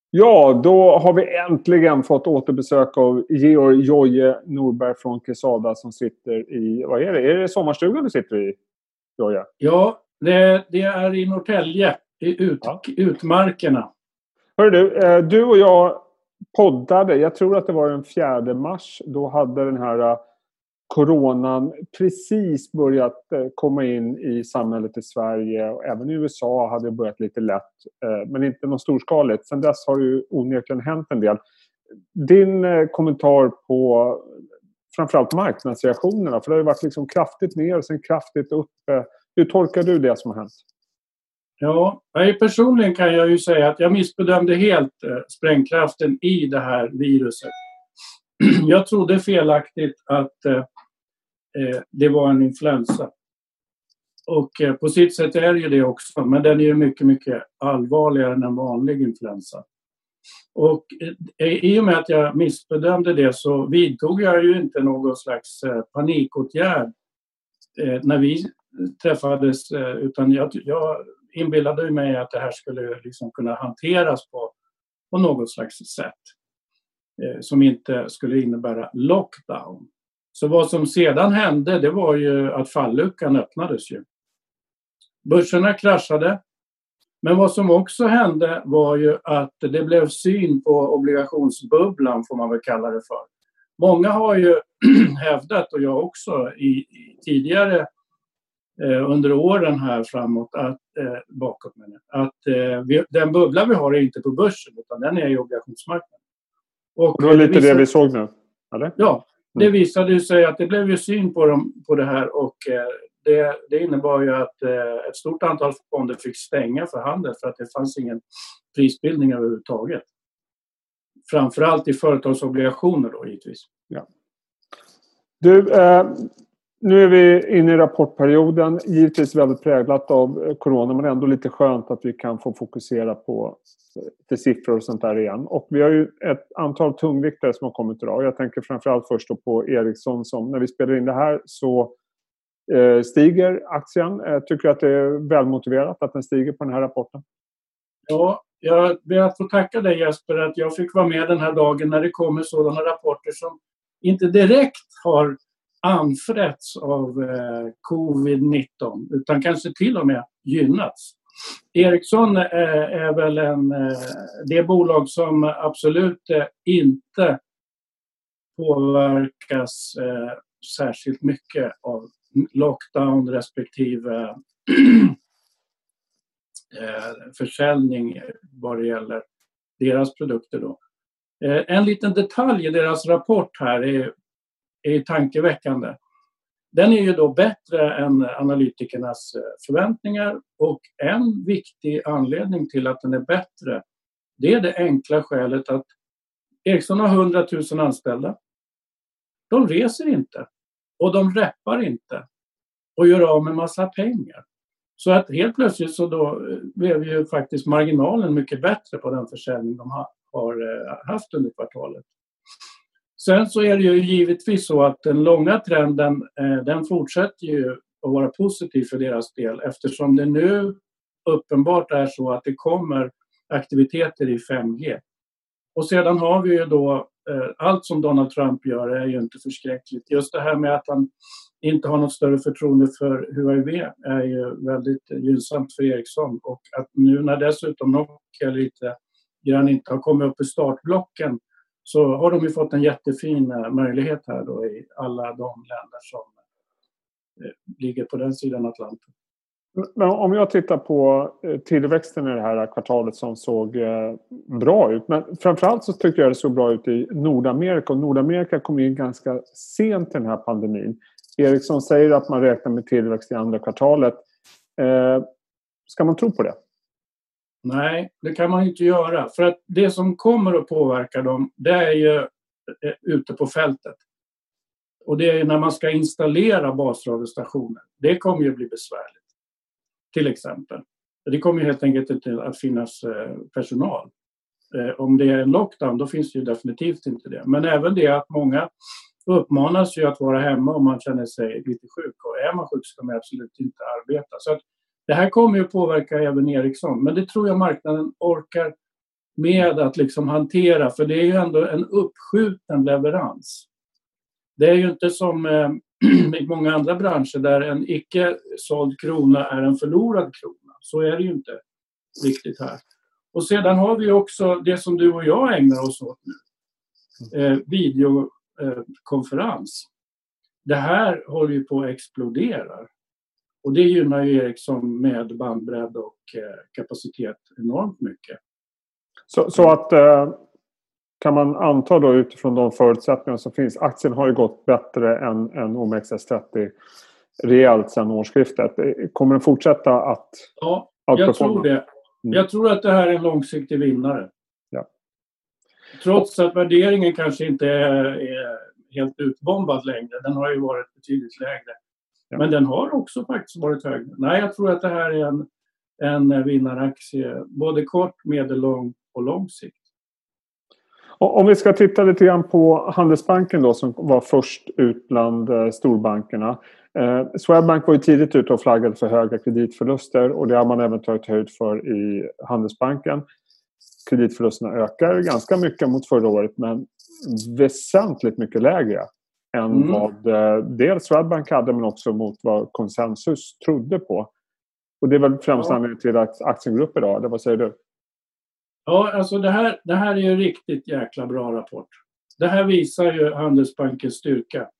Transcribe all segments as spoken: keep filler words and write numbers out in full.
Ja, då har vi äntligen fått återbesök av Georg Joje Norberg från Quesada som sitter i, vad är det? Är det sommarstugan du sitter i, Joje? Ja, det, det är i Norrtälje, i ut, ja. utmarkerna. Hör du, du och jag poddade, jag tror att det var den fjärde mars, då hade den här coronan precis börjat komma in i samhället i Sverige och även i U S A hade det börjat lite lätt, men inte något storskaligt. Sen dess har ju onekligen hänt en del. Din kommentar på framförallt marknadsreaktionerna, för det har ju varit liksom kraftigt ner och sen kraftigt upp. Hur tolkar du det som har hänt? Ja, personligen kan jag ju säga att jag missbedömde helt sprängkraften i det här viruset. Jag trodde felaktigt att eh, det var en influensa. Och eh, på sitt sätt är det ju det också. Men den är ju mycket, mycket allvarligare än en vanlig influensa. Och eh, i och med att jag missbedömde det så vidtog jag ju inte någon slags eh, panikåtgärd eh, när vi träffades. Eh, utan jag, jag inbillade mig att det här skulle liksom kunna hanteras på, på något slags sätt. Som inte skulle innebära lockdown. Så vad som sedan hände, det var ju att falluckan öppnades ju. Börserna kraschade. Men vad som också hände var ju att det blev syn på obligationsbubblan, får man väl kalla det för. Många har ju hävdat, och jag också i, i tidigare eh, under åren här framåt, att, eh, bakåt menar, att eh, vi, den bubbla vi har är inte på börsen utan den är i obligationsmarknaden. Och, och det var lite det, visade, det vi såg nu, eller? Ja, det visade sig att det blev ju syn på, dem, på det här och eh, det, det innebar ju att eh, ett stort antal fonder fick stänga för handel för att det fanns ingen prisbildning överhuvudtaget. Framförallt i företagsobligationer då givetvis. Ja. Du, eh, nu är vi inne i rapportperioden, givetvis väldigt präglat av corona men ändå lite skönt att vi kan få fokusera på till siffror och sånt där igen. Och vi har ju ett antal tungviktare som har kommit idag. Jag tänker framförallt först då på Ericsson som när vi spelar in det här så eh, stiger aktien. Eh, tycker du att det är välmotiverat att den stiger på den här rapporten? Ja, jag ber att få tacka dig Jesper att jag fick vara med den här dagen när det kommer sådana rapporter som inte direkt har anfrätts av eh, covid nitton utan kanske till och med gynnats. Ericsson eh, är väl en, eh, det bolag som absolut eh, inte påverkas eh, särskilt mycket av lockdown respektive eh, försäljning vad det gäller deras produkter då. Eh, en liten detalj i deras rapport här är, är tankeväckande. Den är ju då bättre än analytikernas förväntningar och en viktig anledning till att den är bättre det är det enkla skälet att Ericsson har hundratusen anställda. De reser inte och de reppar inte och gör av med massa pengar. Så att helt plötsligt så då blev ju faktiskt marginalen mycket bättre på den försäljning de har, har haft under kvartalet. Sen så är det ju givetvis så att den långa trenden eh, den fortsätter ju att vara positiv för deras del eftersom det nu uppenbart är så att det kommer aktiviteter i fem G. Och sedan har vi ju då eh, allt som Donald Trump gör är ju inte förskräckligt. Just det här med att han inte har något större förtroende för Huawei är ju väldigt gynnsamt för Ericsson och att nu när dessutom Nokia lite grann inte har kommit upp i startblocken så har de ju fått en jättefin möjlighet här då i alla de länder som ligger på den sidan Atlanten. Men om jag tittar på tillväxten i det här kvartalet som såg bra ut. Men framförallt så tycker jag det såg bra ut i Nordamerika. Och Nordamerika kom in ganska sent i den här pandemin. Ericsson säger att man räknar med tillväxt i andra kvartalet. Eh, ska man tro på det? Nej, det kan man inte göra. För att det som kommer att påverka dem, det är ju ute på fältet. Och det är när man ska installera basradiostationer. Det kommer ju bli besvärligt. Till exempel. Det kommer ju helt enkelt inte att finnas personal. Om det är en lockdown, då finns det ju definitivt inte det. Men även det att många uppmanas ju att vara hemma om man känner sig lite sjuk. Och är man sjuk ska man absolut inte arbeta. Så att det här kommer ju påverka även Ericsson. Men det tror jag marknaden orkar med att liksom hantera, för det är ju ändå en uppskjuten leverans. Det är ju inte som eh, i många andra branscher där en icke såld krona är en förlorad krona. Så är det ju inte riktigt här. Och sedan har vi också det som du och jag ägnar oss åt nu. Eh, videokonferens. Eh, det här håller ju på att explodera. Och det gynnar ju Ericsson med bandbredd och eh, kapacitet enormt mycket. Så, så att eh, kan man anta då utifrån de förutsättningar som finns. Aktien har ju gått bättre än, än O M X S trettio rejält sedan årsskiftet. Kommer den fortsätta att Ja, jag tror det. Mm. Jag tror att det här är en långsiktig vinnare. Ja. Trots att värderingen kanske inte är, är helt utbombad längre. Den har ju varit betydligt lägre. Ja. Men den har också faktiskt varit högre. Nej, jag tror att det här är en, en vinnaraktie. Både kort, medellång och lång sikt. Om vi ska titta lite grann på Handelsbanken då, som var först ut bland eh, storbankerna. Eh, Swedbank var ju tidigt ute och flaggade för höga kreditförluster, och det har man även tagit höjd för i Handelsbanken. Kreditförlusterna ökar ganska mycket mot förra året, men väsentligt mycket lägre än mm. vad eh, dels Swedbank hade, men också mot vad konsensus trodde på. Och det är väl främst ja. anledningen till att aktien går upp idag, eller vad säger du? Ja, alltså det här, det här är ju en riktigt jäkla bra rapport. Det här visar ju Handelsbankens styrka.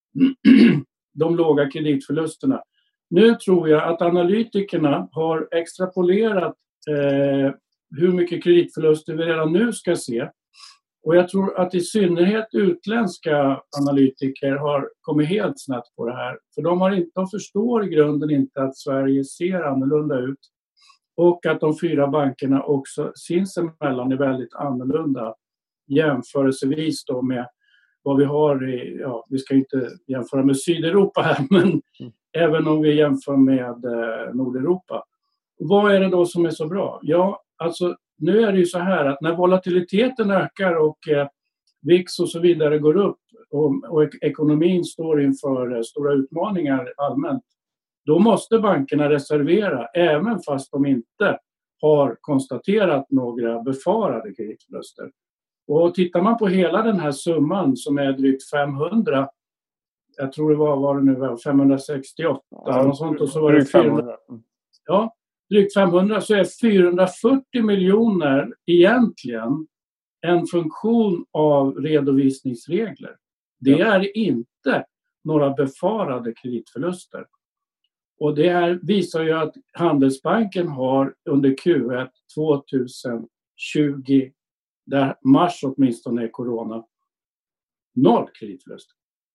De låga kreditförlusterna. Nu tror jag att analytikerna har extrapolerat eh, hur mycket kreditförluster vi redan nu ska se. Och jag tror att i synnerhet utländska analytiker har kommit helt snett på det här. För de, har inte, de förstår i grunden inte att Sverige ser annorlunda ut. Och att de fyra bankerna också sinsemellan är väldigt annorlunda jämförelsevis då med vad vi har i, ja, vi ska inte jämföra med Sydeuropa här, men mm. även om vi jämför med eh, Nordeuropa. Vad är det då som är så bra? Ja, alltså nu är det ju så här att när volatiliteten ökar och eh, V I X och så vidare går upp och, och ek- ekonomin står inför eh, stora utmaningar allmänt, då måste bankerna reservera även fast de inte har konstaterat några befarade kreditförluster. Och tittar man på hela den här summan som är drygt femhundra, jag tror det var, var det nu var femhundrasextioåtta ja, och sånt, och så var det fyrahundra. Ja, drygt femhundra, så är fyrahundrafyrtio miljoner egentligen en funktion av redovisningsregler. Det är inte några befarade kreditförluster. Och det här visar ju att Handelsbanken har under Q ett tjugohundratjugo, där mars åtminstone är corona, noll kreditförlust.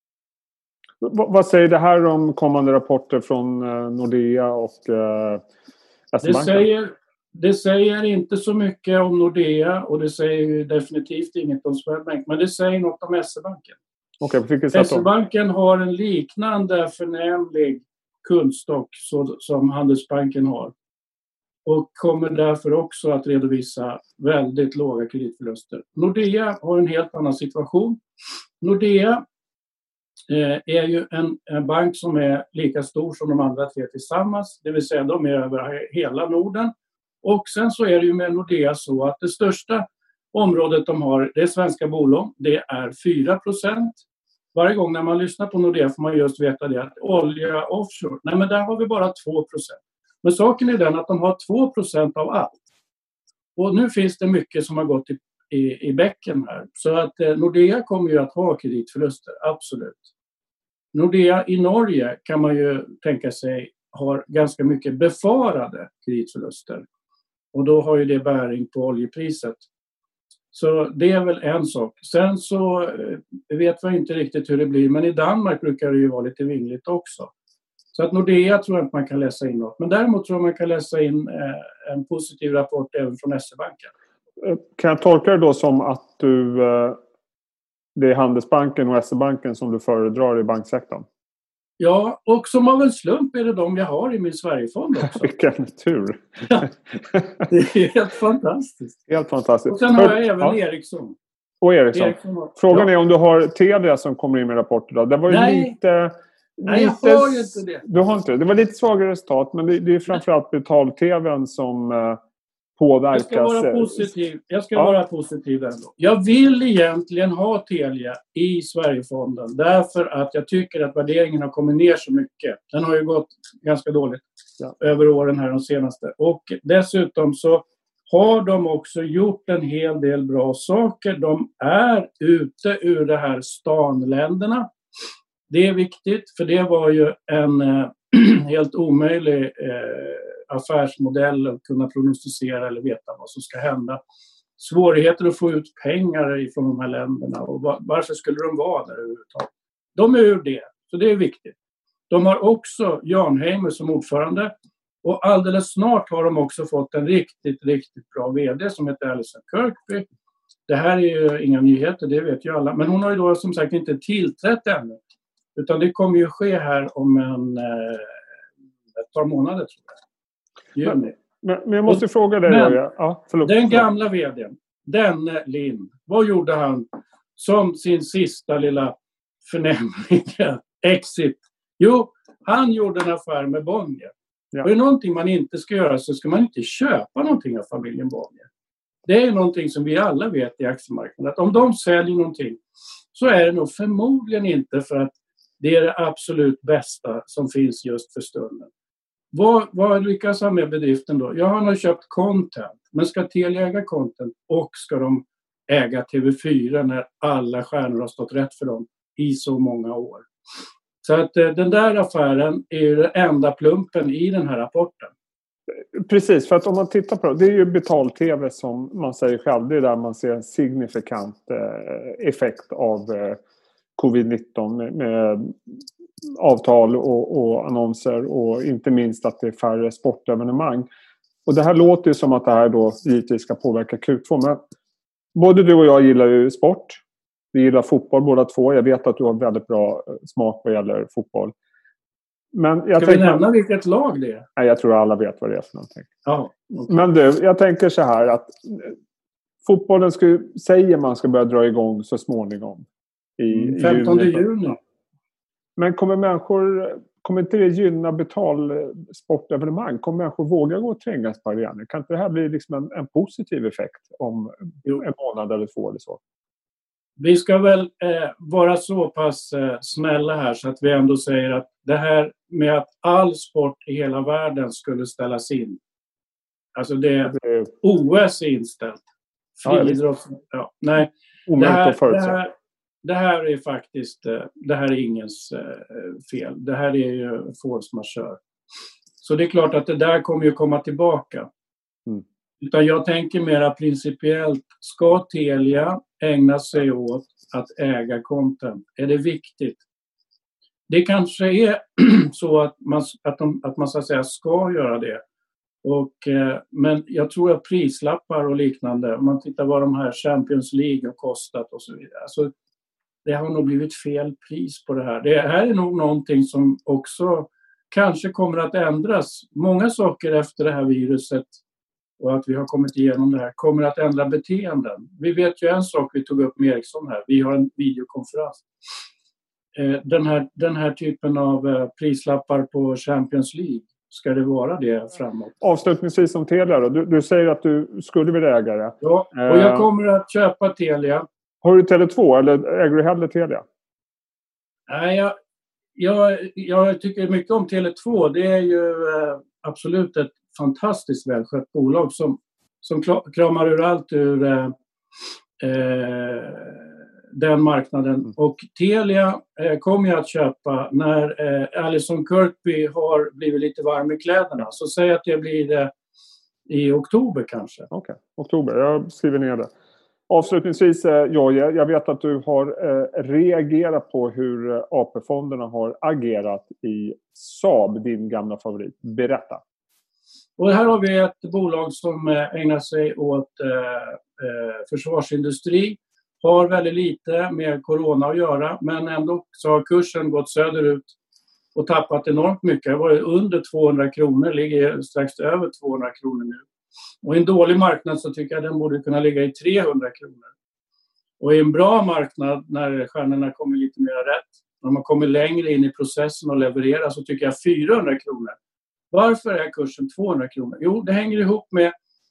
V- vad säger det här om kommande rapporter från eh, Nordea och eh, S E-banken? Det säger, det säger inte så mycket om Nordea, och det säger ju definitivt inget om Swedbank, men det säger något om S E-banken. Okay, S E-banken har en liknande förnämlig kundstock så, som Handelsbanken har. Och kommer därför också att redovisa väldigt låga kreditförluster. Nordea har en helt annan situation. Nordea eh, är ju en, en bank som är lika stor som de andra tre tillsammans. Det vill säga de är över hela Norden. Och sen så är det ju med Nordea så att det största området de har, det är svenska bolag. Det är fyra procent. Varje gång när man lyssnar på Nordea får man just veta det att olja offshore, nej men där har vi bara två procent. Men saken är den att de har två procent av allt. Och nu finns det mycket som har gått i, i, i bäcken här. Så att eh, Nordea kommer ju att ha kreditförluster, absolut. Nordea i Norge kan man ju tänka sig har ganska mycket befarade kreditförluster. Och då har ju det bäring på oljepriset. Så det är väl en sak. Sen så eh, vet vi inte riktigt hur det blir. Men i Danmark brukar det ju vara lite vingligt också. Så att Nordea tror jag inte man kan läsa in något. Men däremot tror jag man kan läsa in eh, en positiv rapport även från S E-banken. Kan jag tolka det då som att du, eh, det är Handelsbanken och S E-banken som du föredrar i banksektorn? Ja, och som av en slump är det de jag har i min Sverigefond också. Vilken tur! Det är helt fantastiskt. Helt fantastiskt. Och sen har jag även ja. Ericsson. Och Ericsson. Ericsson. Frågan ja. är om du har Telia som kommer in med rapporter då. Det var ju Nej. lite... Nej, jag lite, har ju inte det. Du har inte det. Det var lite svagare resultat, men det, det är framförallt betal-tvn som, påverkas. Jag ska vara positiv. Jag ska ja. vara positiv ändå. Jag vill egentligen ha Telia i Sverigefonden därför att jag tycker att värderingen har kommit ner så mycket. Den har ju gått ganska dåligt ja. över åren här de senaste. Och dessutom så har de också gjort en hel del bra saker. De är ute ur det här stanländerna. Det är viktigt för det var ju en eh, helt omöjlig eh, affärsmodell att kunna prognostisera eller veta vad som ska hända. Svårigheter att få ut pengar från de här länderna och var, varför skulle de vara där överhuvudtaget? De är ur det, så det är viktigt. De har också Jan Heimer som ordförande och alldeles snart har de också fått en riktigt, riktigt bra vd som heter Alison Kirkby. Det här är ju inga nyheter, det vet ju alla. Men hon har ju då som sagt inte tillträtt ännu. Utan det kommer ju ske här om en, eh, ett par månader tror jag. Men, men, men jag måste och, fråga dig. Men, då, ja, förlåt, den förlåt. gamla vdn, denne Lind, vad gjorde han som sin sista lilla förnämliga exit? Jo, han gjorde en affär med Bonnier. Ja. Och är det någonting man inte ska göra så ska man inte köpa någonting av familjen Bonnier. Det är någonting som vi alla vet i aktiemarknaden. Att om de säljer någonting så är det nog förmodligen inte för att det är det absolut bästa som finns just för stunden. Vad, vad lyckas han med bedriften då? Ja, han har köpt content. Men ska Telia äga content och ska de äga T V fyra när alla stjärnor har stått rätt för dem i så många år? Så att eh, den där affären är ju den enda plumpen i den här rapporten. Precis, för att om man tittar på det, det är ju betal-tv som man säger själv. Det är där man ser en signifikant eh, effekt av eh, covid nitton med, med avtal och, och annonser och inte minst att det är färre sportevenemang. Och det här låter ju som att det här då givetvis ska påverka Q två. Men både du och jag gillar ju sport. Vi gillar fotboll båda två. Jag vet att du har väldigt bra smak vad gäller fotboll. Men jag ska vi nämna vilket lag det är? Nej, jag tror alla vet vad det är för någonting. Ja, okay. Men du, jag tänker så här att fotbollen ska, säger man ska börja dra igång så småningom. I femtonde juni. Men kommer människor, kommer inte det gynna betalsportevenemang? Kommer människor våga gå och trängas på arenor? Kan inte det här bli liksom en, en positiv effekt om jo. en månad eller två eller så? Vi ska väl eh, vara så pass eh, snälla här så att vi ändå säger att det här med att all sport i hela världen skulle ställas in. Alltså det är O S inställt. Friidrott. Ja, ja, nej. Det här, det, här, det här är faktiskt eh, det här är ingens eh, fel. Det här är ju force majeure. Så det är klart att det där kommer ju komma tillbaka. Mm. Utan jag tänker mera principiellt, ska Telia ägna sig åt att äga content? Är det viktigt? Det kanske är så att man, att de, att man så att säga ska göra det. Och, eh, men jag tror att prislappar och liknande, om man tittar vad de här Champions League har kostat och så vidare. Alltså, det har nog blivit fel pris på det här. Det här är nog någonting som också kanske kommer att ändras. Många saker efter det här viruset och att vi har kommit igenom det här kommer att ändra beteenden. Vi vet ju en sak vi tog upp med Ericsson här. Vi har en videokonferens. Den här, den här typen av prislappar på Champions League, ska det vara det framåt? Avslutningsvis om Telia då. Du, du säger att du skulle vilja äga det. Ja, och jag kommer att köpa Telia. Har du Tele två eller äger du hellre Telia? Nej, jag, jag, jag tycker mycket om Tele två. Det är ju eh, absolut ett fantastiskt välskött bolag som, som kramar ur allt ur eh, eh, den marknaden. Mm. Och Telia eh, kommer jag att köpa när eh, Alison Kirkby har blivit lite varm i kläderna. Så säg att det blir det i oktober kanske. Okej, okay. Oktober. Jag skriver ner det. Avslutningsvis, eh, Jojje, jag vet att du har eh, reagerat på hur eh, A P-fonderna har agerat i Saab, din gamla favorit. Berätta. Och här har vi ett bolag som eh, ägnar sig åt eh, eh, försvarsindustri. Har väldigt lite med corona att göra, men ändå så har kursen gått söderut och tappat enormt mycket. Det var under tvåhundra kronor, ligger strax över tvåhundra kronor nu. Och i en dålig marknad så tycker jag den borde kunna ligga i trehundra kronor. Och i en bra marknad, när stjärnorna kommer lite mer rätt, när man kommer längre in i processen och levererar, så tycker jag fyrahundra kronor. Varför är kursen tvåhundra kronor? Jo, det hänger ihop med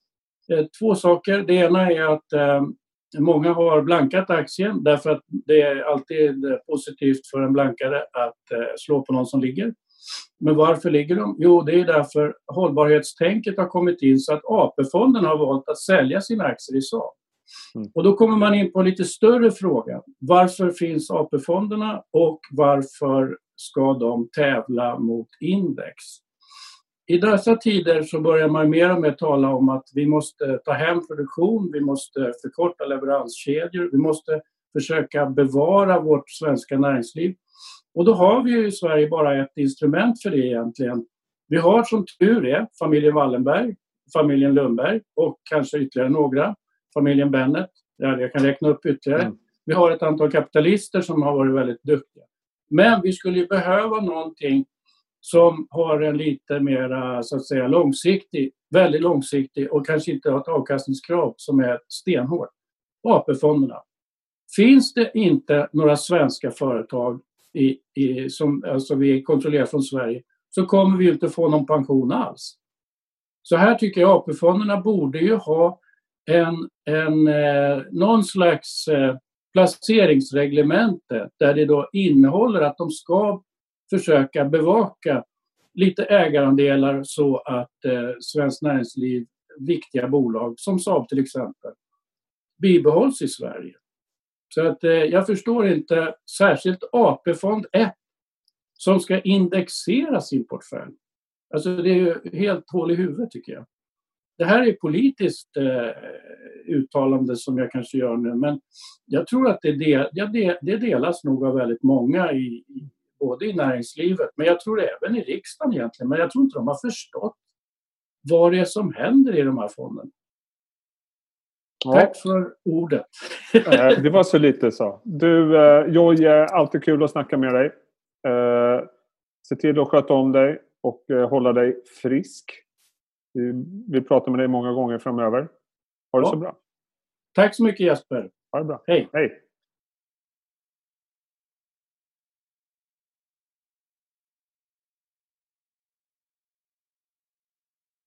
Eh, två saker. Det ena är att eh, många har blankat aktien därför att det är alltid positivt för en blankare att eh, slå på någon som ligger. Men varför ligger de? Jo, det är därför hållbarhetstänket har kommit in så att A P-fonden har valt att sälja sina aktier i Saab. Mm. Och då kommer man in på en lite större fråga. Varför finns A P-fonderna och varför ska de tävla mot index? I dessa tider så börjar man mer och mer tala om att vi måste ta hem produktion, vi måste förkorta leveranskedjor, vi måste försöka bevara vårt svenska näringsliv. Och då har vi ju i Sverige bara ett instrument för det egentligen. Vi har som tur är familjen Wallenberg, familjen Lundberg och kanske ytterligare några, familjen Bennet, där jag kan räkna upp ytterligare. Mm. Vi har ett antal kapitalister som har varit väldigt duktiga. Men vi skulle ju behöva någonting som har en lite mer så att säga långsiktig, väldigt långsiktig och kanske inte har ett avkastningskrav som är stenhårt. A P-fonderna. Finns det inte några svenska företag i, i, som alltså vi kontrollerar från Sverige så kommer vi inte få någon pension alls. Så här tycker jag A P-fonderna borde ju ha en, en, eh, någon slags eh, placeringsreglemente där det då innehåller att de ska försöka bevaka lite ägarandelar så att eh, svenskt näringsliv, viktiga bolag som Saab till exempel, bibehålls i Sverige. Så att eh, jag förstår inte särskilt A P-fond ett som ska indexera sin portfölj. Alltså det är ju helt hål i huvudet tycker jag. Det här är politiskt eh, uttalande som jag kanske gör nu, men jag tror att det, del, ja, det, det delas nog av väldigt många i, i, både i näringslivet, men jag tror även i riksdagen egentligen. Men jag tror inte de har förstått vad det är som händer i de här fonderna. Ja. Tack för ordet. Det var så lite så. Du, Joj, alltid kul att snacka med dig. Se till att sköta om dig och hålla dig frisk. Vi pratar med dig många gånger framöver. Ha det ja. så bra. Tack så mycket Jesper. Ha det bra. Hej. Hej.